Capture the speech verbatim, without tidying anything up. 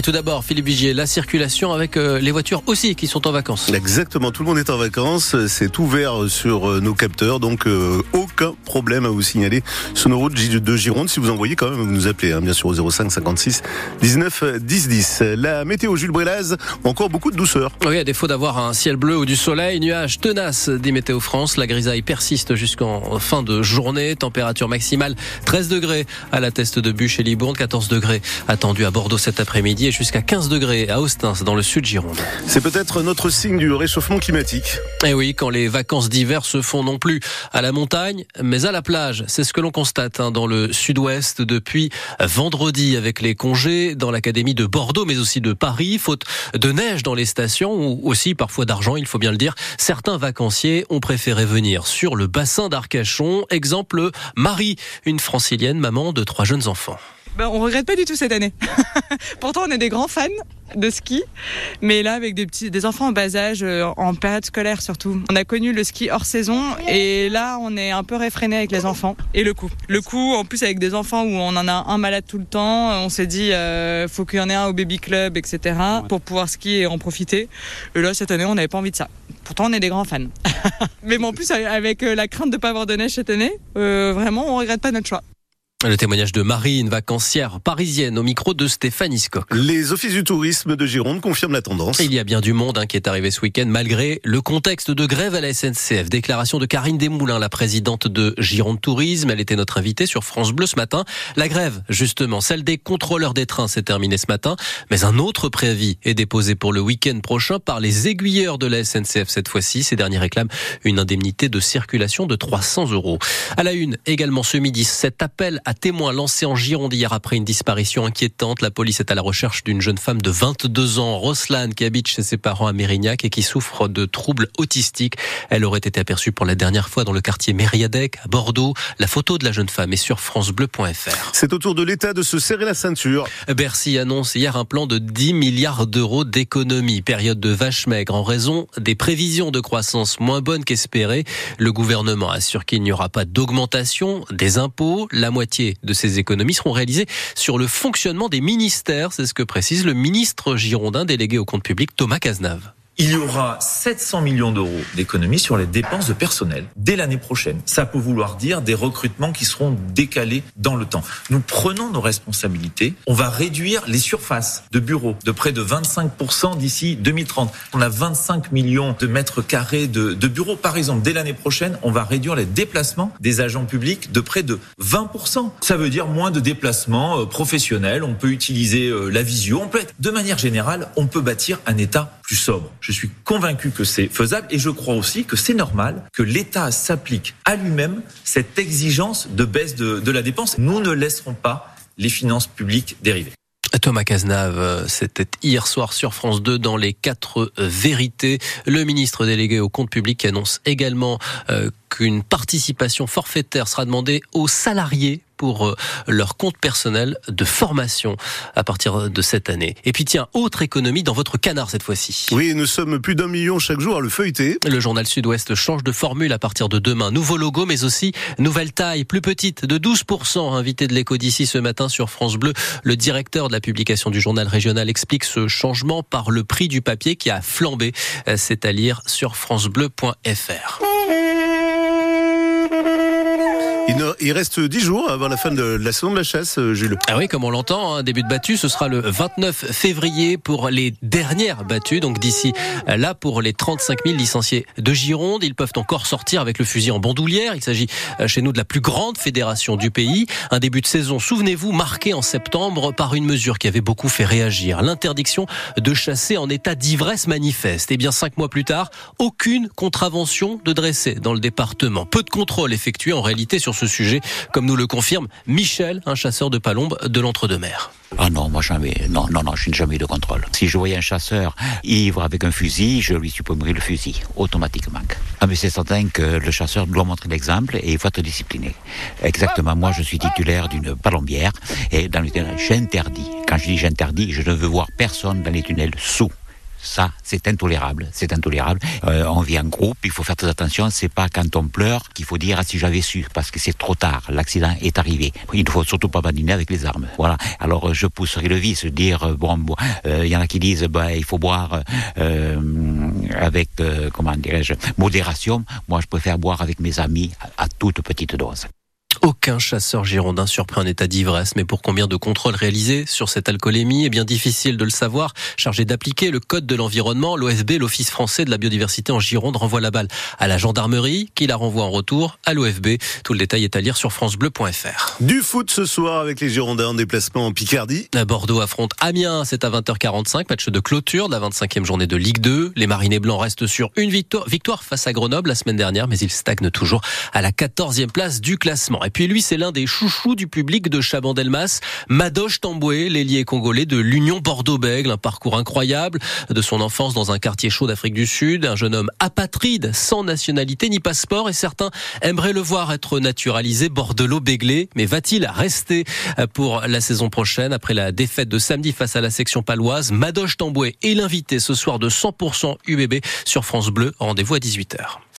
Et tout d'abord, Philippe Vigier, la circulation avec euh, les voitures aussi qui sont en vacances. Exactement, tout le monde est en vacances, c'est ouvert sur euh, nos capteurs, donc euh, aucun problème à vous signaler sur nos routes de Gironde. Si vous envoyez quand même, vous nous appelez, hein, bien sûr, au zéro cinq cinquante-six dix-neuf dix dix. La météo, Jules Brélaz, encore beaucoup de douceur. Oui, à défaut d'avoir un ciel bleu ou du soleil, nuages tenaces, dit Météo France. La grisaille persiste jusqu'en fin de journée. Température maximale treize degrés à la Teste de Buch et Libourne, quatorze degrés attendus à Bordeaux cet après-midi et jusqu'à quinze degrés à Ostens dans le sud Gironde. C'est peut-être notre signe du réchauffement climatique. Et oui, quand les vacances d'hiver se font non plus à la montagne, mais à la plage. C'est ce que l'on constate hein, dans le sud-ouest depuis vendredi avec les congés dans l'académie de Bordeaux, mais aussi de Paris. Faute de neige dans les stations ou aussi parfois d'argent, il faut bien le dire. Certains vacanciers ont préféré venir sur le bassin d'Arcachon. Exemple, Marie, une francilienne, maman de trois jeunes enfants. Ben, on regrette pas du tout cette année. Pourtant, on est des grands fans de ski, mais là, avec des petits, des enfants en bas âge, en période scolaire surtout. On a connu le ski hors saison, et là, on est un peu réfréné avec les enfants. Et le coût. Le coût, en plus, avec des enfants où on en a un malade tout le temps, on s'est dit, euh, faut qu'il y en ait un au baby club, et cetera, pour pouvoir skier et en profiter. Et là, cette année, on n'avait pas envie de ça. Pourtant, on est des grands fans. Mais bon, en plus, avec la crainte de ne pas avoir de neige cette année, euh, vraiment, on regrette pas notre choix. Le témoignage de Marie, une vacancière parisienne, au micro de Stéphanie Scott. Les offices du tourisme de Gironde confirment la tendance. Il y a bien du monde hein, qui est arrivé ce week-end, malgré le contexte de grève à la S N C F. Déclaration de Karine Desmoulins, la présidente de Gironde Tourisme. Elle était notre invitée sur France Bleu ce matin. La grève, justement, celle des contrôleurs des trains, s'est terminée ce matin. Mais un autre préavis est déposé pour le week-end prochain par les aiguilleurs de la S N C F cette fois-ci. Ces derniers réclament une indemnité de circulation de trois cents euros. À la une, également ce midi, cet appel à témoins lancé en Gironde hier après une disparition inquiétante. La police est à la recherche d'une jeune femme de vingt-deux ans, Roslane, qui habite chez ses parents à Mérignac et qui souffre de troubles autistiques. Elle aurait été aperçue pour la dernière fois dans le quartier Mériadec, à Bordeaux. La photo de la jeune femme est sur francebleu point f r. C'est au tour de l'État de se serrer la ceinture. Bercy annonce hier un plan de dix milliards d'euros d'économie. Période de vache maigre en raison des prévisions de croissance moins bonnes qu'espérées. Le gouvernement assure qu'il n'y aura pas d'augmentation des impôts. La moitié de ces économies seront réalisées sur le fonctionnement des ministères. C'est ce que précise le ministre girondin délégué au compte public, Thomas Cazenave. Il y aura sept cents millions d'euros d'économies sur les dépenses de personnel dès l'année prochaine. Ça peut vouloir dire des recrutements qui seront décalés dans le temps. Nous prenons nos responsabilités. On va réduire les surfaces de bureaux de près de vingt-cinq pour cent d'ici deux mille trente. On a vingt-cinq millions de mètres carrés de, de bureaux. Par exemple, dès l'année prochaine, on va réduire les déplacements des agents publics de près de vingt pour cent. Ça veut dire moins de déplacements professionnels. On peut utiliser la visio. On peut être, de manière générale, on peut bâtir un État plus sobre. Je suis convaincu que c'est faisable et je crois aussi que c'est normal que l'État s'applique à lui-même cette exigence de baisse de, de la dépense. Nous ne laisserons pas les finances publiques dériver. Thomas Cazenave, c'était hier soir sur France deux dans les quatre vérités. Le ministre délégué au compte public annonce également euh, qu'une participation forfaitaire sera demandée aux salariés pour leur compte personnel de formation à partir de cette année. Et puis tiens, autre économie dans votre canard cette fois-ci. Oui, nous sommes plus d'un million chaque jour à le feuilleter. Le journal Sud-Ouest change de formule à partir de demain. Nouveau logo, mais aussi nouvelle taille, plus petite, de douze pour cent. Invité de l'Écho d'ici ce matin sur France Bleu, le directeur de la publication du journal régional explique ce changement par le prix du papier qui a flambé. C'est à lire sur francebleu point f r. Il reste dix jours avant la fin de la saison de la chasse, Jules. Ah oui, comme on l'entend, hein, début de battue, ce sera le vingt-neuf février pour les dernières battues. Donc d'ici là, pour les trente-cinq mille licenciés de Gironde, ils peuvent encore sortir avec le fusil en bandoulière. Il s'agit chez nous de la plus grande fédération du pays. Un début de saison, souvenez-vous, marqué en septembre par une mesure qui avait beaucoup fait réagir. L'interdiction de chasser en état d'ivresse manifeste. Et bien cinq mois plus tard, aucune contravention de dressée dans le département. Peu de contrôles effectués en réalité sur ce sujet, comme nous le confirme Michel, un chasseur de palombes de l'Entre-deux-Mers. Ah non, moi jamais, non, non, non, je n'ai jamais eu de contrôle. Si je voyais un chasseur ivre avec un fusil, je lui supprimerais le fusil, automatiquement. Ah mais c'est certain que le chasseur doit montrer l'exemple et il faut être discipliné. Exactement, moi je suis titulaire d'une palombière et dans le tunnel, j'interdis. Quand je dis j'interdis, je ne veux voir personne dans les tunnels sous. Ça, c'est intolérable. C'est intolérable. Euh, on vit en groupe, il faut faire très attention. C'est pas quand on pleure qu'il faut dire ah, si j'avais su, parce que c'est trop tard. L'accident est arrivé. Il ne faut surtout pas badiner avec les armes. Voilà. Alors je pousserai le vice, dire euh, bon, bon, euh, y en a qui disent bah il faut boire euh, avec euh, comment dirais-je modération. Moi, je préfère boire avec mes amis à, à toute petite dose. Aucun chasseur girondin surpris en état d'ivresse. Mais pour combien de contrôles réalisés sur cette alcoolémie? Eh bien, difficile de le savoir. Chargé d'appliquer le code de l'environnement, l'O F B, l'Office français de la biodiversité en Gironde, renvoie la balle à la gendarmerie, qui la renvoie en retour à l'O F B. Tout le détail est à lire sur francebleu point f r. Du foot ce soir avec les Girondins en déplacement en Picardie. Bordeaux affronte Amiens, c'est à vingt heures quarante-cinq, match de clôture de la vingt-cinquième journée de Ligue deux. Les Marinés Blancs restent sur une victoire, victoire face à Grenoble la semaine dernière, mais ils stagnent toujours à la quatorzième place du classement. Et puis lui, c'est l'un des chouchous du public de Chabandelmas, Madoche Tamboué, l'ailier congolais de l'Union Bordeaux-Bègles. Un parcours incroyable de son enfance dans un quartier chaud d'Afrique du Sud. Un jeune homme apatride, sans nationalité ni passeport, et certains aimeraient le voir être naturalisé bordelot-béglé. Mais va-t-il rester pour la saison prochaine après la défaite de samedi face à la section paloise? Madoche Tamboué est l'invité ce soir de cent pour cent U B B sur France Bleu. Rendez-vous à dix-huit heures.